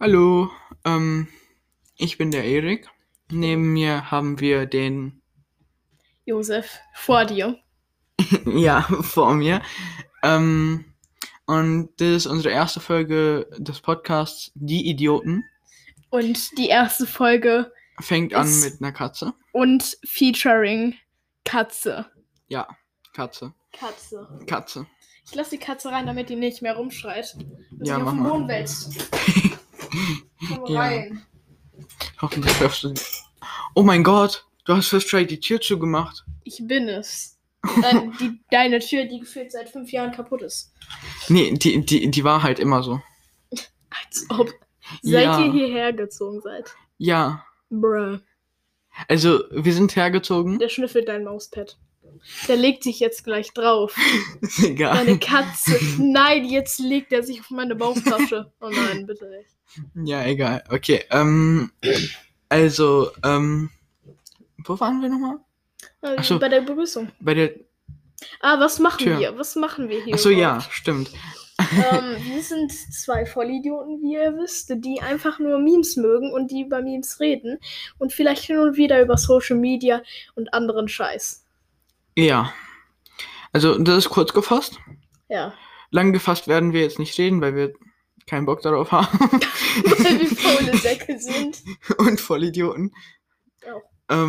Hallo, ich bin der Erik. Neben mir haben wir den, Josef, vor dir. ja, vor mir. Ähm, und das ist unsere erste Folge des Podcasts Die Idioten. Und die erste Folge Fängt an ist mit einer Katze. und featuring Katze. Ja, Katze. Katze. Katze. Ich lasse die Katze rein, damit die nicht mehr rumschreit und Ja, sich auf mach den mal. Boden wälzt. Komm Ja, rein. hoffentlich schaffst du. Oh mein Gott, du hast First Try die Tür zugemacht. Ich bin es. Deine Tür, die gefühlt seit 5 Jahren kaputt ist. Nee, die war halt immer so. Als ob. Ja. Seit ihr hierher gezogen seid. Ja, Bruh. also wir sind hergezogen. Der schnüffelt dein Mauspad. Der legt sich jetzt gleich drauf. Ist egal. Deine Katze. Nein, jetzt legt er sich auf meine Bauchtasche. Oh nein, bitte nicht. Ja, egal. Okay, also, wo waren wir nochmal? Ach so. Bei der Begrüßung. Bei der Was machen Tür. wir? Was machen wir hier? Achso, ja, überhaupt? stimmt. Wir sind 2 Vollidioten, wie ihr wisst, die einfach nur Memes mögen und die über Memes reden und vielleicht hin und wieder über Social Media und anderen Scheiß. Ja. Also, das ist kurz gefasst. Ja. Lang gefasst werden wir jetzt nicht reden, weil wir keinen Bock darauf haben. Weil wir faule Säcke sind. Und Vollidioten. Auch.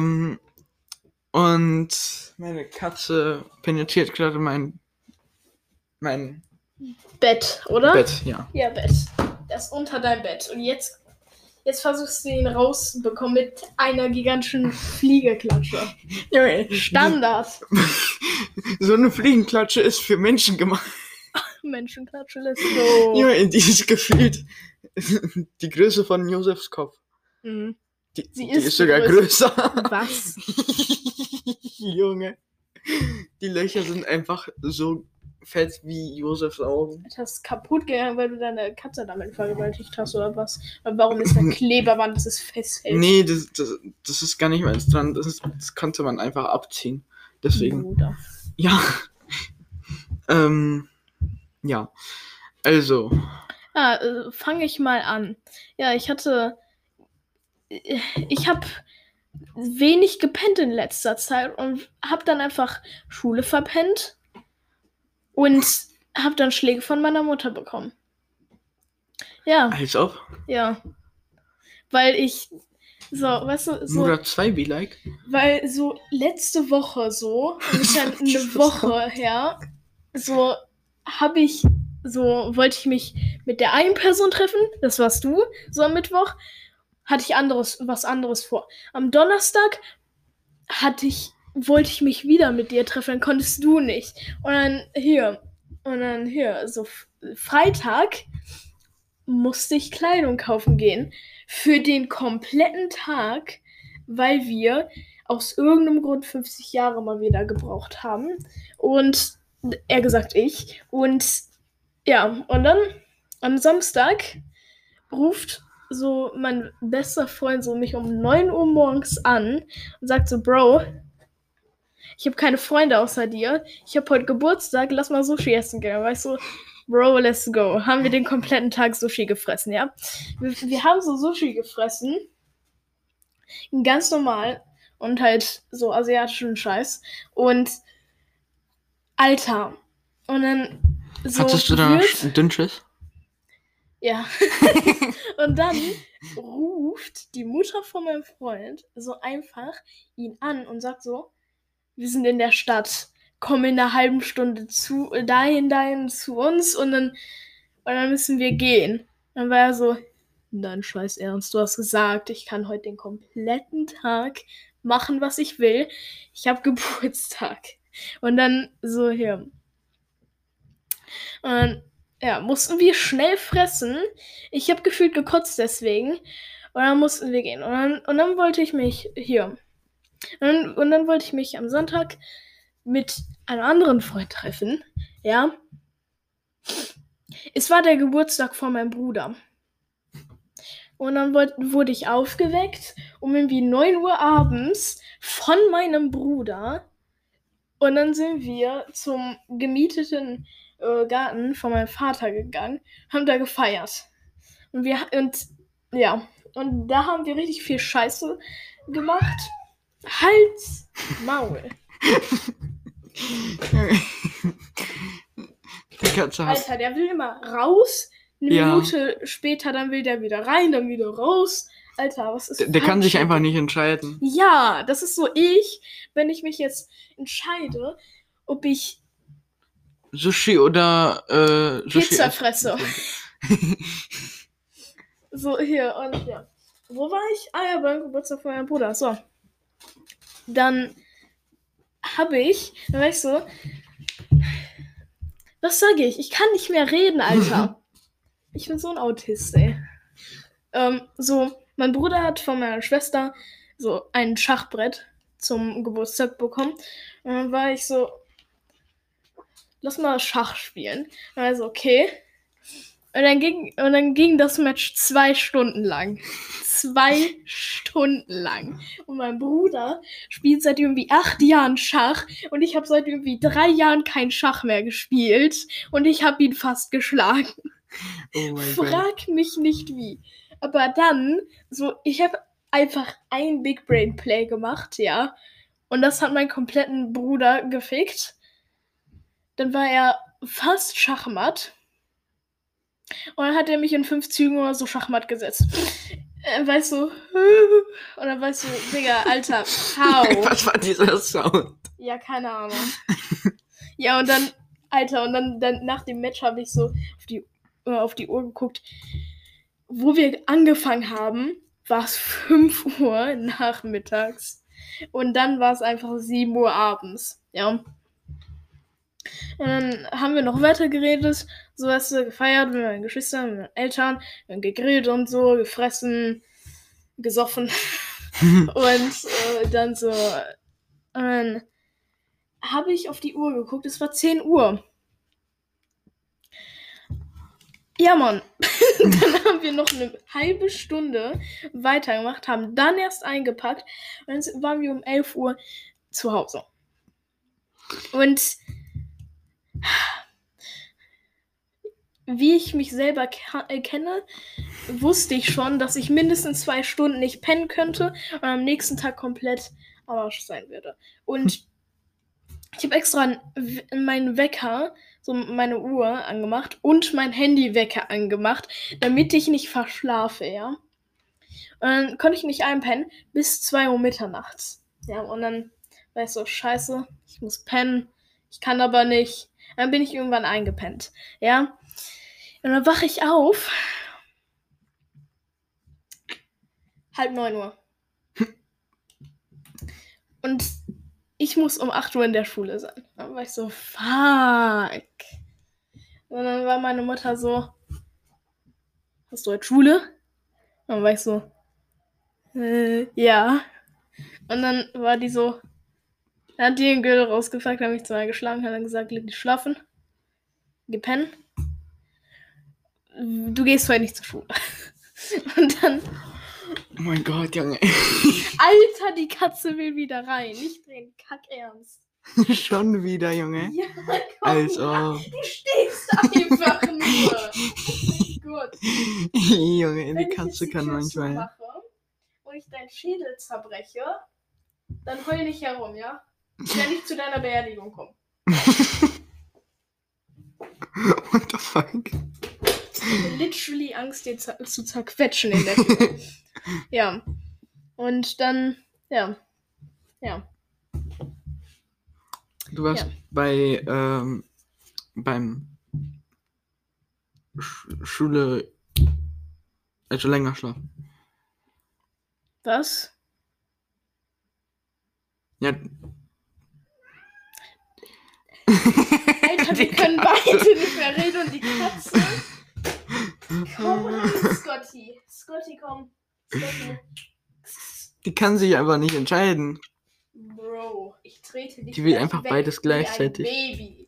Und meine Katze penetriert gerade mein Bett, oder? Bett, ja. Ja, Bett. Das ist unter deinem Bett. Und jetzt versuchst du ihn rauszubekommen mit einer gigantischen Fliegeklatsche. Junge, Standard. so eine Fliegenklatsche ist für Menschen gemacht. Menschenklatsche, let's go. Junge, die ist gefühlt die Größe von Josefs Kopf. Mhm. Die Sie ist sogar größer. Was? Junge. Die Löcher sind einfach so fett wie Josefs Augen. Das ist kaputt gegangen, weil du deine Katze damit vergewaltigt hast oder was? Warum ist da Kleberband, das es festhält? Nee, das ist gar nicht mehr dran. Das konnte man einfach abziehen. Deswegen. Bruder. Ja. Ja. Also. Fange ich mal an. Ja, ich habe wenig gepennt in letzter Zeit und habe dann einfach Schule verpennt und habe dann Schläge von meiner Mutter bekommen. Ja. Als ob. Ja. Weil ich so, weißt du, so. Murat 2 be like. Weil so letzte Woche so, ungefähr eine Woche her, so wollte ich mich mit der einen Person treffen, das warst du, so am Mittwoch, hatte ich was anderes vor. Am Donnerstag wollte ich mich wieder mit dir treffen, dann konntest du nicht. Und dann hier, so Freitag musste ich Kleidung kaufen gehen für den kompletten Tag, weil wir aus irgendeinem Grund 50 Jahre mal wieder gebraucht haben. Und er gesagt, ich. Und ja, und dann am Samstag ruft so mein bester Freund so mich um 9 Uhr morgens an und sagt so, Bro, ich habe keine Freunde außer dir. Ich habe heute Geburtstag, lass mal Sushi essen gehen. Weißt du, Bro, let's go. Haben wir den kompletten Tag Sushi gefressen, ja? Wir haben so Sushi gefressen. Ganz normal. Und halt so asiatischen Scheiß. Und Alter. Und dann so. Hattest du da Dünnschiss? Ja. Und dann ruft die Mutter von meinem Freund so einfach ihn an und sagt so, wir sind in der Stadt, komm in einer halben Stunde dahin zu uns und dann müssen wir gehen. Dann war er so, nein, scheiß Ernst, du hast gesagt, ich kann heute den kompletten Tag machen, was ich will. Ich habe Geburtstag. Und dann so hier. Und dann, ja, mussten wir schnell fressen. Ich habe gefühlt gekotzt deswegen. Und dann mussten wir gehen. Und dann wollte ich mich hier. Und dann wollte ich mich am Sonntag mit einem anderen Freund treffen. Ja. Es war der Geburtstag von meinem Bruder. Und dann wurde ich aufgeweckt um irgendwie 9 Uhr abends von meinem Bruder. Und dann sind wir zum gemieteten Garten von meinem Vater gegangen, haben da gefeiert. Und Ja, und da haben wir richtig viel Scheiße gemacht. Hals, Maul. Die Katze hat... Alter, der will immer raus. Eine Ja. Minute später, dann will der wieder rein, dann wieder raus. Alter, was ist Der kann falsch sich mit einfach dem? nicht entscheiden. Ja, das ist so wenn ich mich jetzt entscheide, ob ich Sushi oder Sushi Pizza essen. fresse. So, hier, und ja. Wo war ich? Ah ja, beim Geburtstag von meinem Bruder. So. Dann war ich so, was sage ich? Ich kann nicht mehr reden, Alter. Ich bin so ein Autist, ey. So, mein Bruder hat von meiner Schwester so ein Schachbrett zum Geburtstag bekommen. Und dann war ich so, lass mal Schach spielen. Und also, okay. Und dann ging das Match 2 Stunden lang. 2 Stunden lang. Und mein Bruder spielt seit irgendwie 8 Jahren Schach. Und ich habe seit irgendwie 3 Jahren kein Schach mehr gespielt. Und ich habe ihn fast geschlagen. Oh mein Gott. Frag mich nicht wie. Aber dann, so, ich habe einfach ein Big Brain Play gemacht, ja. Und das hat meinen kompletten Bruder gefickt. Dann war er fast Schachmatt. Und dann hat er mich in 5 Zügen oder so Schachmatt gesetzt. Weißt du, und dann weißt du, Digga, Alter, Was war dieser Sound? Ja, keine Ahnung. Ja, und dann, Alter, und dann nach dem Match habe ich so auf die Uhr geguckt. Wo wir angefangen haben, war es 5 Uhr nachmittags. Und dann war es einfach 7 Uhr abends. Ja. Und dann haben wir noch weiter geredet, so was gefeiert mit meinen Geschwistern, mit meinen Eltern, wir haben gegrillt und so, gefressen, gesoffen. Und dann so, dann habe ich auf die Uhr geguckt, es war 10 Uhr. Ja, Mann. Dann haben wir noch eine halbe Stunde weitergemacht, haben dann erst eingepackt und dann waren wir um 11 Uhr zu Hause. Und wie ich mich selber kenne, wusste ich schon, dass ich mindestens 2 Stunden nicht pennen könnte und am nächsten Tag komplett am Arsch sein würde. Und ich habe extra meinen Wecker, so meine Uhr angemacht und mein Handywecker angemacht, damit ich nicht verschlafe, ja. Und dann konnte ich nicht einpennen bis 2 Uhr mitternachts. Ja, und dann war ich so, scheiße, ich muss pennen, ich kann aber nicht. Dann bin ich irgendwann eingepennt, ja. Und dann wache ich auf. 8:30 Uhr. Und ich muss um 8 Uhr in der Schule sein. Dann war ich so, fuck. Und dann war meine Mutter so, hast du heute Schule? Dann war ich so, ja. Und dann war die so, dann hat die den Gürtel rausgepackt, hat mich zweimal geschlagen, hat dann gesagt, leg dich schlafen, geh pennen. Du gehst heute nicht zur Schule. Und dann, Oh mein Gott, Junge. Alter, die Katze will wieder rein. Nicht drehen, kack ernst. Schon wieder, Junge. Ja, komm, Also. du stehst einfach nur. Gut. Junge, die Wenn ich Katze jetzt kann die Tür manchmal. zumache und ich deinen Schädel zerbreche, dann heul nicht herum, ja? Ich werde nicht zu deiner Beerdigung kommen. What the fuck? Ich habe literally Angst, dir zu zerquetschen in der Tür. Ja. Und dann, ja. Du warst Ja. beim Schule, also länger schlafen. Was? Ja. Alter, wir können beide nicht mehr reden und die Katze. Komm rein, Scotty. Scotty, komm. Scotty. Die kann sich einfach nicht entscheiden. Bro, ich trete dich. Die will gleich einfach weg beides wie gleichzeitig. Ein Baby.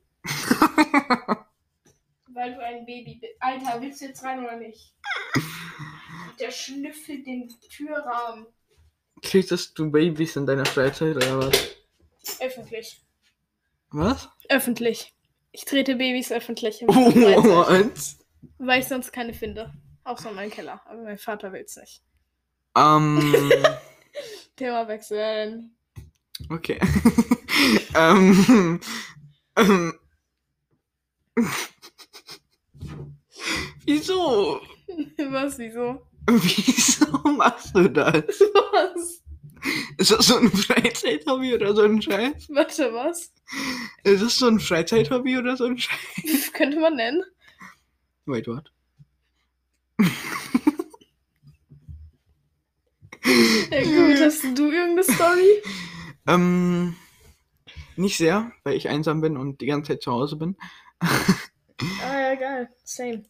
Weil du ein Baby bist. Alter, willst du jetzt rein oder nicht? Der schnüffelt den Türrahmen. Kriegst du Babys in deiner Freizeit oder was? Öffentlich. Was? Öffentlich. Ich trete Babys öffentlich in meiner Freizeit, What? weil ich sonst keine finde. Außer mein Keller. Aber mein Vater will's nicht. Thema wechseln. Okay. Wieso? Was, wieso? Wieso machst du das? Was? Ist das so ein Freizeithobby oder so ein Scheiß? Warte, was? Ist das so ein Freizeithobby oder so ein Scheiß? Könnte man nennen. Wait, what? Ja, gut, hast du irgendeine Story? Nicht sehr, weil ich einsam bin und die ganze Zeit zu Hause bin. Ah ja, geil. Same.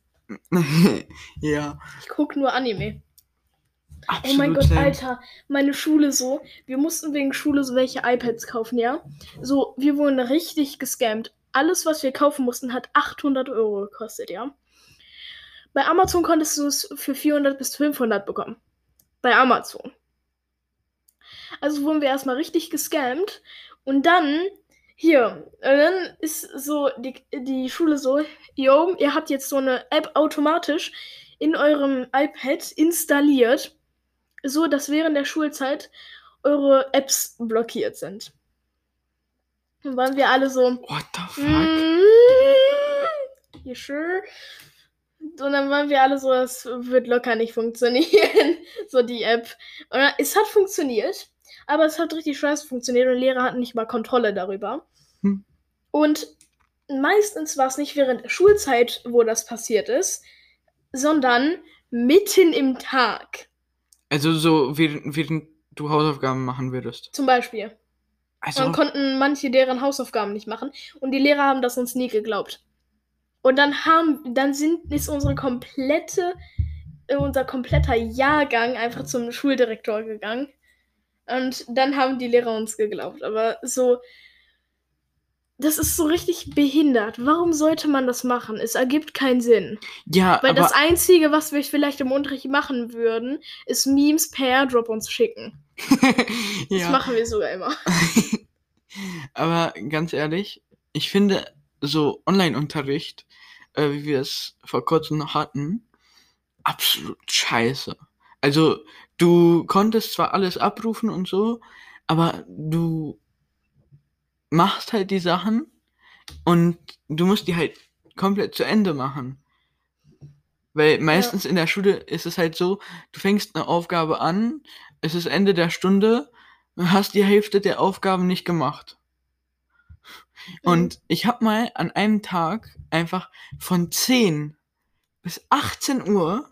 Ja, Ich guck nur Anime. absolut Oh mein Gott, same. Alter, meine Schule so. Wir mussten wegen Schule so welche iPads kaufen, ja? So, wir wurden richtig gescammt. Alles, was wir kaufen mussten, hat 800 Euro gekostet, ja? Bei Amazon konntest du es für 400 bis 500 bekommen. Bei Amazon. Also wurden wir erstmal richtig gescammt. Und dann, dann ist so die Schule so, yo, ihr habt jetzt so eine App automatisch in eurem iPad installiert, so dass während der Schulzeit eure Apps blockiert sind. Dann waren wir alle so, What the fuck? you sure? Und dann waren wir alle so, das wird locker nicht funktionieren, so die App. Und es hat funktioniert, aber es hat richtig scheiße funktioniert und Lehrer hatten nicht mal Kontrolle darüber. Hm. Und meistens war es nicht während der Schulzeit, wo das passiert ist, sondern mitten im Tag. Also so, während du Hausaufgaben machen würdest. Zum Beispiel. Also, Dann konnten manche deren Hausaufgaben nicht machen und die Lehrer haben das uns nie geglaubt. Und ist unser kompletter Jahrgang einfach zum Schuldirektor gegangen. Und dann haben die Lehrer uns geglaubt. Aber so, das ist so richtig behindert. Warum sollte man das machen? Es ergibt keinen Sinn. ja, Weil aber das Einzige, was wir vielleicht im Unterricht machen würden, ist Memes per Airdrop uns schicken. Das ja, machen wir sogar immer. aber ganz ehrlich, ich finde so Online-Unterricht, wie wir es vor kurzem noch hatten, absolut scheiße. Also du konntest zwar alles abrufen und so, aber du machst halt die Sachen und du musst die halt komplett zu Ende machen. Weil meistens in der Schule ist es halt so, du fängst eine Aufgabe an, es ist Ende der Stunde, hast die Hälfte der Aufgaben nicht gemacht. Und ich habe mal an einem Tag einfach von 10 bis 18 Uhr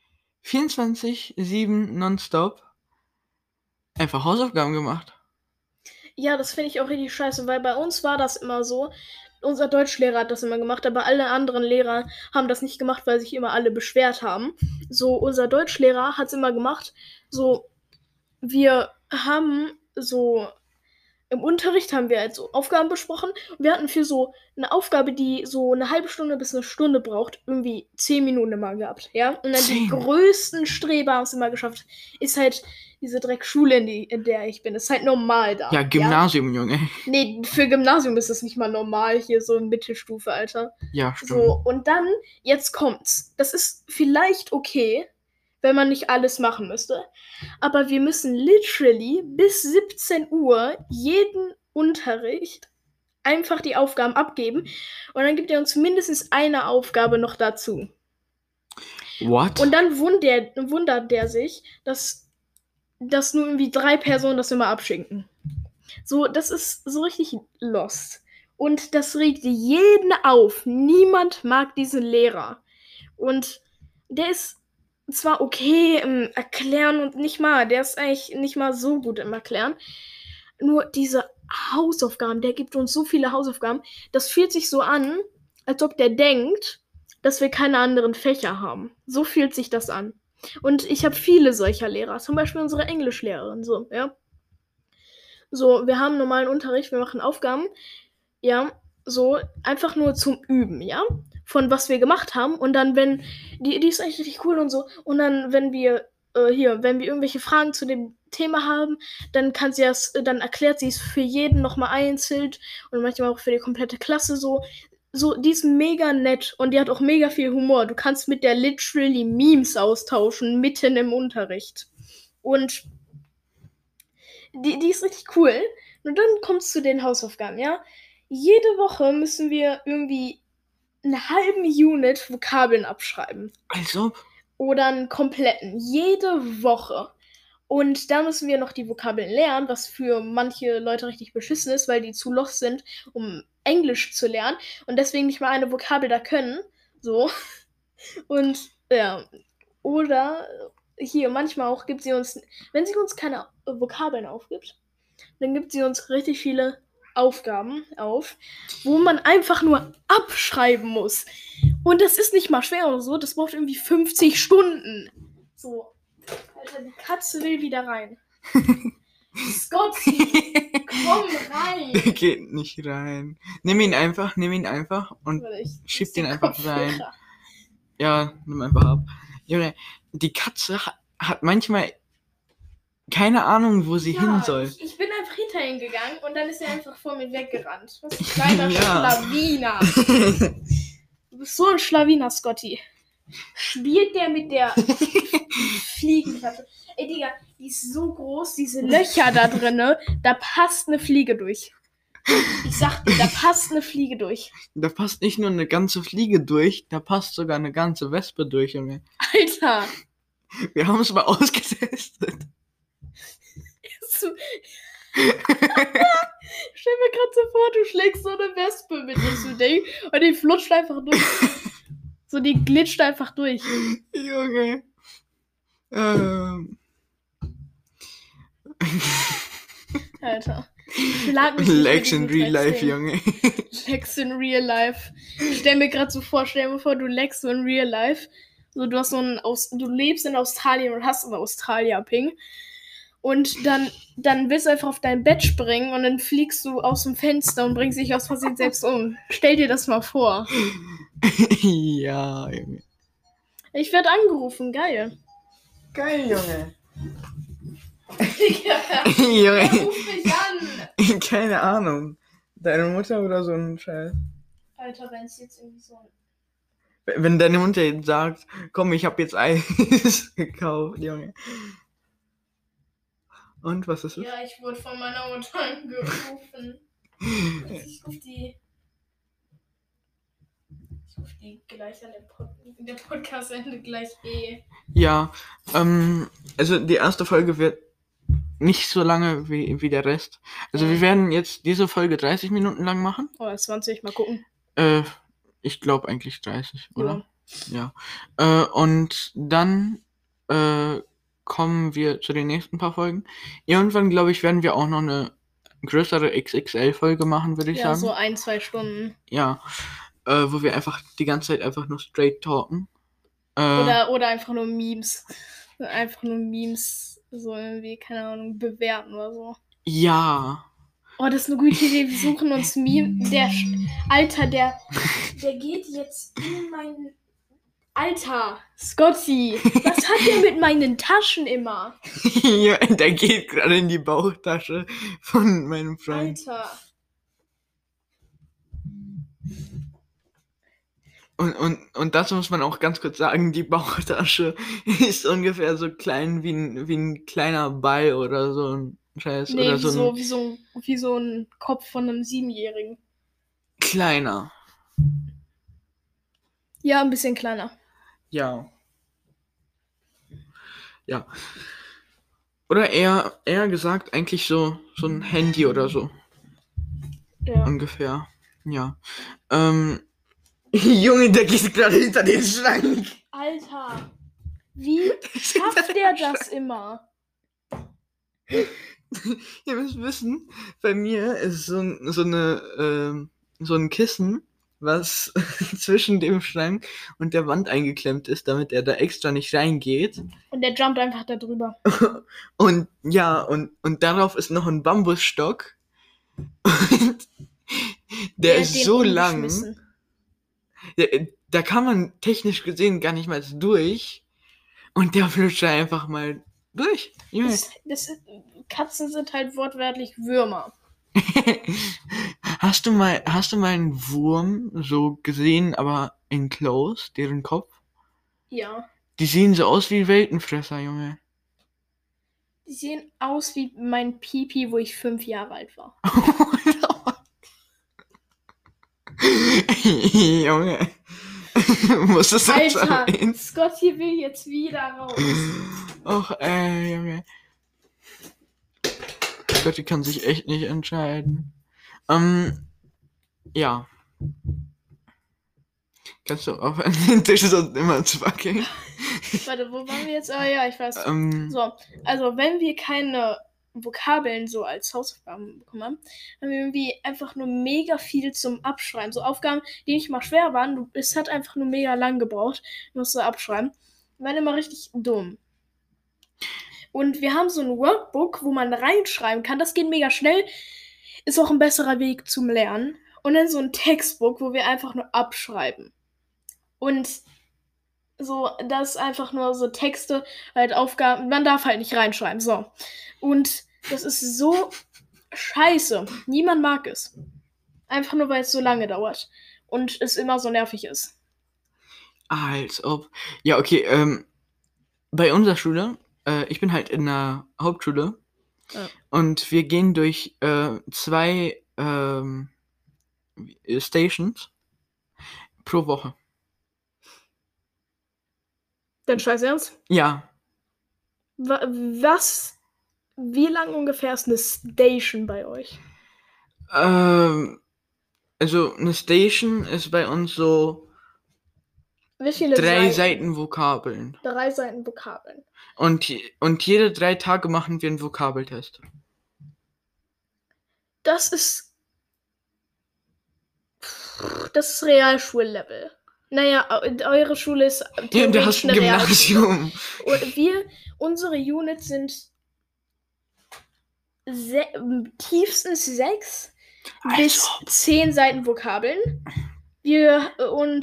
24/7 nonstop einfach Hausaufgaben gemacht. Ja, das finde ich auch richtig scheiße, weil bei uns war das immer so. Unser Deutschlehrer hat das immer gemacht, aber alle anderen Lehrer haben das nicht gemacht, weil sich immer alle beschwert haben. So, unser Deutschlehrer hat es immer gemacht. So, wir haben so im Unterricht haben wir halt so Aufgaben besprochen. Und wir hatten für so eine Aufgabe, die so eine halbe Stunde bis eine Stunde braucht, irgendwie 10 Minuten immer gehabt, ja? Und dann die 10? größten Streber haben es immer geschafft. Ist halt diese Dreckschule, in der ich bin. Ist halt normal da. Ja, Gymnasium, Junge. Nee, für Gymnasium ist das nicht mal normal, hier so in Mittelstufe, Alter. Ja, stimmt. So, und dann, jetzt kommt's. Das ist vielleicht okay, wenn man nicht alles machen müsste. Aber wir müssen literally bis 17 Uhr jeden Unterricht einfach die Aufgaben abgeben. Und dann gibt er uns mindestens eine Aufgabe noch dazu. What? Und dann wundert der sich, dass nur irgendwie 3 Personen das immer abschicken. So, das ist so richtig lost. Und das regt jeden auf. Niemand mag diesen Lehrer. Und der ist zwar okay im Erklären und der ist eigentlich nicht mal so gut im Erklären. Nur diese Hausaufgaben, der gibt uns so viele Hausaufgaben, das fühlt sich so an, als ob der denkt, dass wir keine anderen Fächer haben. So fühlt sich das an. Und ich habe viele solcher Lehrer, zum Beispiel unsere Englischlehrerin, so, ja. So, wir haben normalen Unterricht, wir machen Aufgaben, ja, so, einfach nur zum Üben, ja, von was wir gemacht haben. Und dann, wenn, die ist eigentlich richtig cool und so, und dann, wenn wir irgendwelche Fragen zu dem Thema haben, dann erklärt sie es für jeden nochmal einzeln und manchmal auch für die komplette Klasse so. so, die ist mega nett und die hat auch mega viel Humor. Du kannst mit der literally Memes austauschen, mitten im Unterricht. Und die ist richtig cool. Und dann kommst du zu den Hausaufgaben, ja? Jede Woche müssen wir irgendwie einen halben Unit Vokabeln abschreiben. Also, Oder einen kompletten. Jede Woche. Und da müssen wir noch die Vokabeln lernen, was für manche Leute richtig beschissen ist, weil die zu lost sind, um Englisch zu lernen und deswegen nicht mal eine Vokabel da können. So. Und ja. Oder hier, manchmal auch gibt sie uns, wenn sie uns keine Vokabeln aufgibt, dann gibt sie uns richtig viele Aufgaben auf, wo man einfach nur abschreiben muss. Und das ist nicht mal schwer oder so, das braucht irgendwie 50 Stunden. So. Alter, die Katze will wieder rein. Scotty, komm rein. der geht nicht rein. Nimm ihn einfach und Warte, ich schieb den den einfach Kopfhörer. rein. Ja, nimm einfach ab. Junge, die Katze hat manchmal keine Ahnung, wo sie hin soll. Ich bin einfach hinter ihn gegangen und dann ist er einfach vor mir weggerannt. Was ein kleiner Ja. Schlawiner. Du bist so ein Schlawiner, Scotty. Spielt der mit der Fliegenklappe? Ey, Digga, die ist so groß, diese Löcher da drinne, da passt eine Fliege durch. Ich sag dir, da passt eine Fliege durch. Da passt nicht nur eine ganze Fliege durch, da passt sogar eine ganze Wespe durch, Junge. Alter. Wir haben es mal ausgetestet. So. Stell mir gerade so vor, du schlägst so eine Wespe mit so Ding und die flutscht einfach durch. So, die glitscht einfach durch. Junge. Alter. Schlag mich nicht Lex mit in diesem real life, Drecksding. Junge. Lex in real life. Stell mir gerade so vor, du Lex so in real life. So, du hast du lebst in Australien und hast einen Australier-Ping. Und dann willst du einfach auf dein Bett springen und dann fliegst du aus dem Fenster und bringst dich aus Versehen selbst um. Stell dir das mal vor. Ja, Junge. Ich werde angerufen, geil. Geil, Junge. Wer Junge. ruft mich an? Keine Ahnung. Deine Mutter oder so ein Scheiß. Alter, wenn es jetzt irgendwie so... Wenn deine Mutter jetzt sagt, komm, ich hab jetzt Eis gekauft, Junge. Und, was ist es? Ja, ich wurde von meiner Mutter angerufen. Ich ruf die gleich an der Podcast endet gleich eh. Ja, also die erste Folge wird nicht so lange wie der Rest. Also wir werden jetzt diese Folge 30 Minuten lang machen. Oder 20, mal gucken. Ich glaube eigentlich 30, oder? Ja. Ja. Und dann kommen wir zu den nächsten paar Folgen. Irgendwann, glaube ich, werden wir auch noch eine größere XXL-Folge machen, würde ich Ja, sagen. so 1-2 Stunden. Ja, wo wir einfach die ganze Zeit einfach nur straight talken. Oder einfach nur Memes. Einfach nur Memes, so irgendwie, keine Ahnung, bewerten oder so. Ja. Oh, das ist eine gute Idee. Wir suchen uns Memes. Alter, der geht jetzt in meinen... Alter, Scotty, was hat der mit meinen Taschen immer? Ja, der geht gerade in die Bauchtasche von meinem Freund. Alter. Und das muss man auch ganz kurz sagen, die Bauchtasche ist ungefähr so klein wie ein kleiner Ball oder so ein Scheiß. Nee, oder so wie so ein Kopf von einem 7-Jährigen. Kleiner. Ja, ein bisschen kleiner. Ja. Ja. Oder eher gesagt, eigentlich so ein Handy oder so. Ja. Ungefähr. Ja. Junge, der geht gerade hinter den Schrank. Alter. Wie schafft der das immer? Ihr müsst wissen, bei mir ist so ein Kissen, was zwischen dem Schrank und der Wand eingeklemmt ist, damit er da extra nicht reingeht. Und der jumpt einfach da drüber. Und ja, und darauf ist noch ein Bambusstock. Und der ist so lang. Da kann man technisch gesehen gar nicht mal durch. Und der flutscht einfach mal durch. Katzen sind halt wortwörtlich Würmer. Hast du mal einen Wurm so gesehen, aber enclosed, deren Kopf? Ja. Die sehen so aus wie Weltenfresser, Junge. Die sehen aus wie mein Pipi, wo ich 5 Jahre alt war. Junge. Muss das jetzt Alter, erwähnen? Scotty will jetzt wieder raus. Och, Junge. Scotty kann sich echt nicht entscheiden. Ja. Kannst du aufhören, den Tisch sonst immer zu wackeln? Warte, wo waren wir jetzt? Ah ja, ich weiß. So, also wenn wir keine Vokabeln so als Hausaufgaben bekommen haben, haben wir irgendwie einfach nur mega viel zum Abschreiben. So Aufgaben, die nicht mal schwer waren. Es hat einfach nur mega lang gebraucht. Musst du abschreiben. Waren immer richtig dumm. Und wir haben so ein Workbook, wo man reinschreiben kann. Das geht mega schnell. Ist auch ein besserer Weg zum Lernen. Und dann so ein Textbook, wo wir einfach nur abschreiben. Und so, das ist einfach nur so Texte, halt Aufgaben. Man darf halt nicht reinschreiben. So. Und das ist so scheiße. Niemand mag es. Einfach nur, weil es so lange dauert. Und es immer so nervig ist. als ob. Ja, okay, bei unserer Schule, ich bin halt in der Hauptschule. Ja. Und wir gehen durch 2 Stations pro Woche. Dein Scheiß Ernst? Ja. Wie lang ungefähr ist eine Station bei euch? Also eine Station ist bei uns so Wie viele 3 Seiten Vokabeln. 3 Seiten Vokabeln. Und jede 3 Tage machen wir einen Vokabeltest. Das ist Realschullevel. Naja, eure Schule ist Ja, du hast ein Gymnasium. Und unsere Units sind tiefstens 6 bis 10 Seiten Vokabeln. Hier,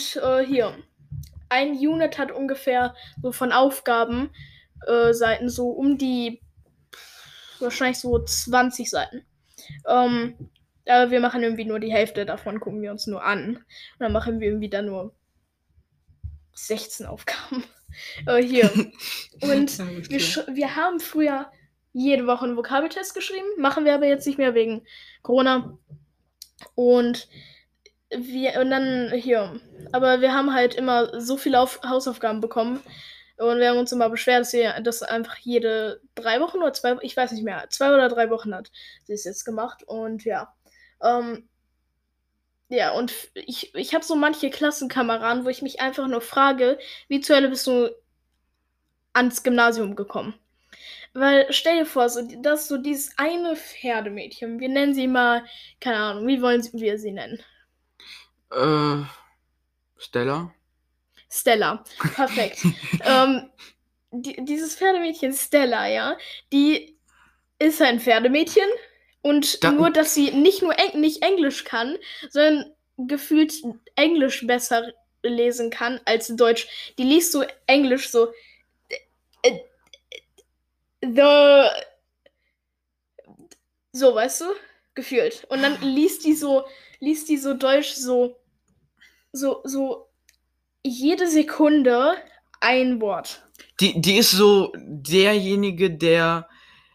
ein Unit hat ungefähr so von Aufgaben Seiten so um die wahrscheinlich so 20 Seiten. Aber wir machen irgendwie nur die Hälfte davon, gucken wir uns nur an. Und dann machen wir irgendwie dann nur 16 Aufgaben. Hier. Und wir haben früher jede Woche einen Vokabeltest geschrieben. Machen wir aber jetzt nicht mehr wegen Corona. Und dann hier. Aber wir haben halt immer so viele Hausaufgaben bekommen. Und wir haben uns immer beschwert, dass sie das einfach jede 3 Wochen oder 2, ich weiß nicht mehr, 2 oder 3 Wochen hat sie es jetzt gemacht. Und ja. Ja, und ich habe so manche Klassenkameraden, wo ich mich einfach nur frage, wie zur Hölle bist du ans Gymnasium gekommen? Weil, stell dir vor, das ist so dieses eine Pferdemädchen. Wir nennen sie mal, keine Ahnung, wie wollen wir sie nennen? Stella. Stella, perfekt. Dieses Pferdemädchen Stella, ja, die ist ein Pferdemädchen und nur, dass sie nicht Englisch kann, sondern gefühlt Englisch besser lesen kann als Deutsch. Die liest so Englisch so so, weißt du? Gefühlt. Und dann liest die so Deutsch so jede Sekunde ein Wort. Die ist so derjenige, der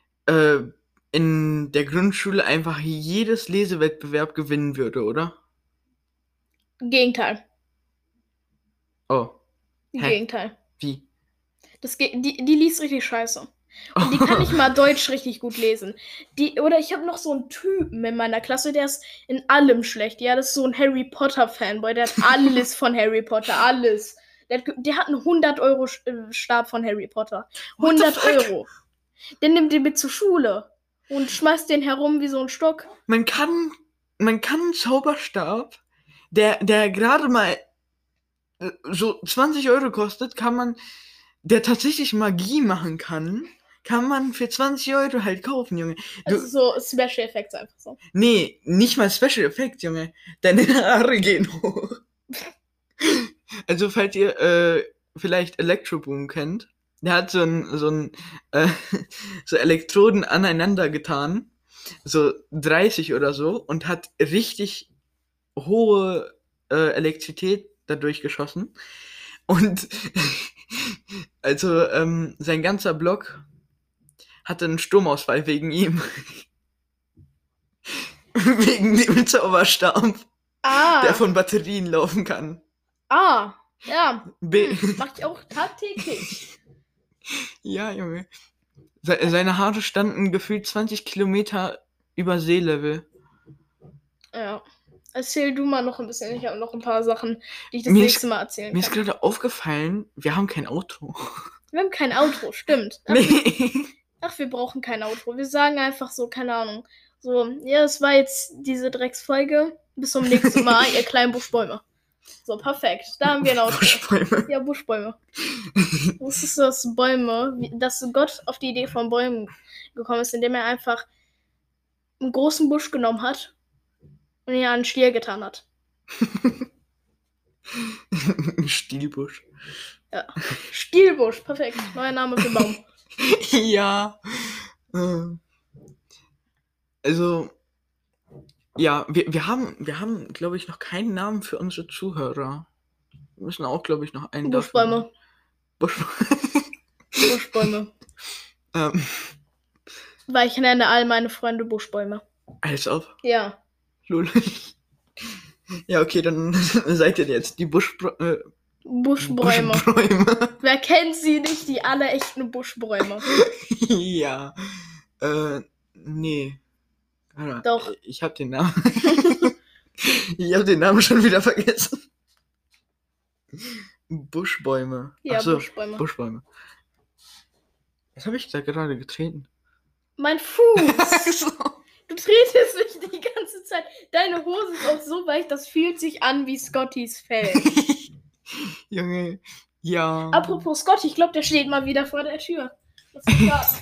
in der Grundschule einfach jedes Lesewettbewerb gewinnen würde, oder? Gegenteil. Oh. Gegenteil. Wie? Die liest richtig scheiße. Und die kann nicht mal Deutsch richtig gut lesen. Oder ich habe noch so einen Typen in meiner Klasse, der ist in allem schlecht. Ja, das ist so ein Harry Potter-Fanboy. Der hat alles von Harry Potter. Alles. Der hat einen 100-Euro-Stab von Harry Potter. 100 Euro. Der nimmt den mit zur Schule und schmeißt den herum wie so ein Stock. Man kann einen Zauberstab, der gerade mal so 20 Euro kostet, der tatsächlich Magie machen kann man für 20 Euro halt kaufen, Junge. Also so Special Effects einfach so. Nee, nicht mal Special Effects, Junge. Deine Haare gehen hoch. Also, falls ihr vielleicht Electroboom kennt, der hat so Elektroden aneinander getan so 30 oder so und hat richtig hohe Elektrizität dadurch geschossen. Und also sein ganzer Block hatte einen Stromausfall wegen ihm. Wegen dem Zauberstab, der von Batterien laufen kann. Ja. B Mach ich auch tagtäglich. Ja, Junge. Seine Haare standen gefühlt 20 Kilometer über Seelevel. Ja. Erzähl du mal noch ein bisschen. Ich habe noch ein paar Sachen, die ich das Mir nächste Mal erzählen Mir ist kann. gerade aufgefallen, wir haben kein Auto. Wir haben kein Auto, stimmt. Ach, wir brauchen kein Auto. Wir sagen einfach so, keine Ahnung. So, ja, es war jetzt diese Drecksfolge. Bis zum nächsten Mal, ihr kleinen Buschbäume. So, perfekt. Da haben wir ein Auto. Buschbäume. Ja, Buschbäume. Wusstest du, dass Gott auf die Idee von Bäumen gekommen ist, indem er einfach einen großen Busch genommen hat und ihn an einen Stier getan hat? Ein Stielbusch. Ja. Stielbusch, perfekt. Neuer Name für Baum. Ja. Also, ja, wir haben, glaube ich, noch keinen Namen für unsere Zuhörer. Wir müssen auch, glaube ich, noch einen Buschbäume. Buschbäume. Weil ich nenne all meine Freunde Buschbäume. Als ob? Ja. Lol. Ja, okay, dann seid ihr jetzt die Buschbäume. Wer kennt sie nicht, die alle echten Buschbäume? Ja. Nee. Doch. Ich hab den Namen. Ich hab den Namen schon wieder vergessen. Buschbäume. Ja, Ach so, Buschbäume. Buschbäume. Was habe ich da gerade getreten? Mein Fuß. So. Du tretest mich die ganze Zeit. Deine Hose ist auch so weich, das fühlt sich an wie Scottys Fell. Junge, ja. Apropos Scotty, ich glaube, der steht mal wieder vor der Tür. Was ist das?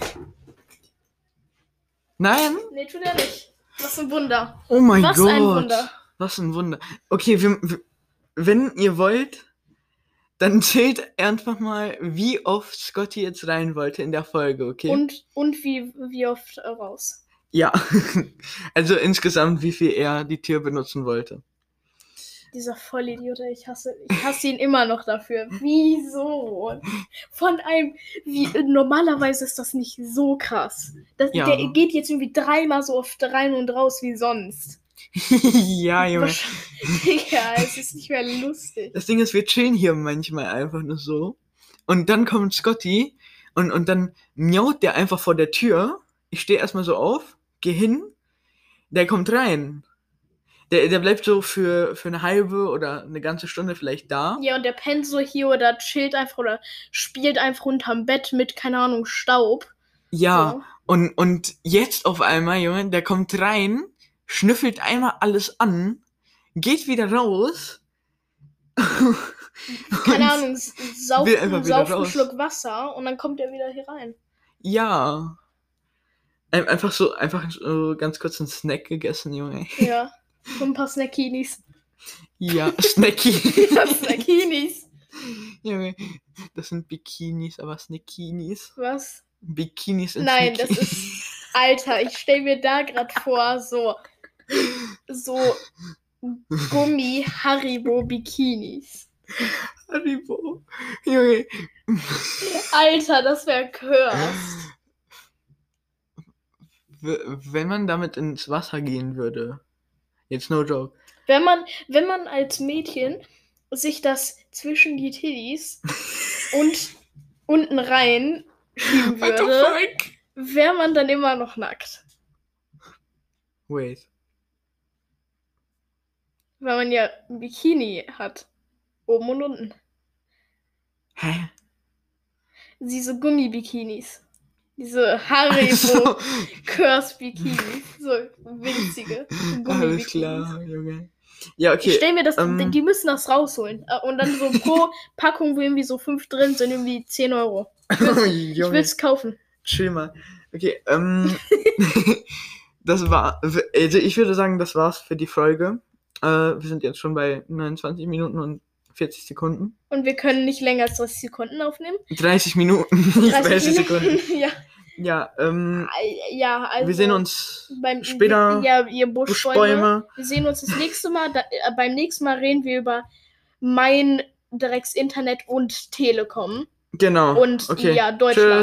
Nein? Nee, tut er nicht. Was ein Wunder. Oh mein Gott. Was ein Wunder. Was ein Wunder. Okay, wenn ihr wollt, dann zählt einfach mal, wie oft Scotty jetzt rein wollte in der Folge, okay? Und wie oft raus. Ja, also insgesamt, wie viel er die Tür benutzen wollte. Dieser Vollidiot, ich hasse ihn immer noch dafür. Wieso? Normalerweise ist das nicht so krass. Ja. Der geht jetzt irgendwie 3-mal so oft rein und raus wie sonst. Ja, Junge. Ja, es ist nicht mehr lustig. Das Ding ist, wir chillen hier manchmal einfach nur so. Und dann kommt Scotty und dann miaut der einfach vor der Tür. Ich stehe erstmal so auf, geh hin, der kommt rein. Der bleibt so für eine halbe oder eine ganze Stunde vielleicht da. Ja, und der pennt so hier oder chillt einfach oder spielt einfach unterm Bett mit, keine Ahnung, Staub. Ja, so. Und jetzt auf einmal, Junge, der kommt rein, schnüffelt einmal alles an, geht wieder raus. Keine Ahnung, sauft einen Schluck Wasser und dann kommt er wieder hier rein. Ja. Einfach so ganz kurz einen Snack gegessen, Junge. Ja. Und ein paar Snackinis. Ja, Snackinis. Ja, Snackinis. Junge, das sind Bikinis, aber Snackinis. Was? Bikinis in Nein, Snackinis. das ist... Alter, ich stell mir da gerade vor, so Gummi-Haribo-Bikinis. Haribo. Junge. Alter, das wäre Curse. Wenn man damit ins Wasser gehen würde. Jetzt no joke. Wenn man als Mädchen sich das zwischen die Titties und unten rein schieben würde, wäre man dann immer noch nackt. Wait. Weil man ja ein Bikini hat. Oben und unten. Hä? Diese Gummi-Bikinis. Diese Haribo-Curse-Bikinis. So winzige Gummi-Bikinis. Alles klar, Junge. Ja, okay. Ich stell mir das, die müssen das rausholen. Und dann so pro Packung, wo irgendwie so 5 drin sind, irgendwie 10 €. Ich will's kaufen. Chill mal. Okay, das war, also ich würde sagen, das war's für die Folge. Wir sind jetzt schon bei 29 Minuten und 40 Sekunden. Und wir können nicht länger als 30 Sekunden aufnehmen. 30 Minuten, nicht 30 Sekunden. Ja. Ja, Ja, also wir sehen uns später. Ja, ihr Buschbäume. Buschbäume. Wir sehen uns das nächste Mal. Beim nächsten Mal reden wir über mein Drecks Internet und Telekom. Genau. Und Okay. ja, Deutschland. Tschüss.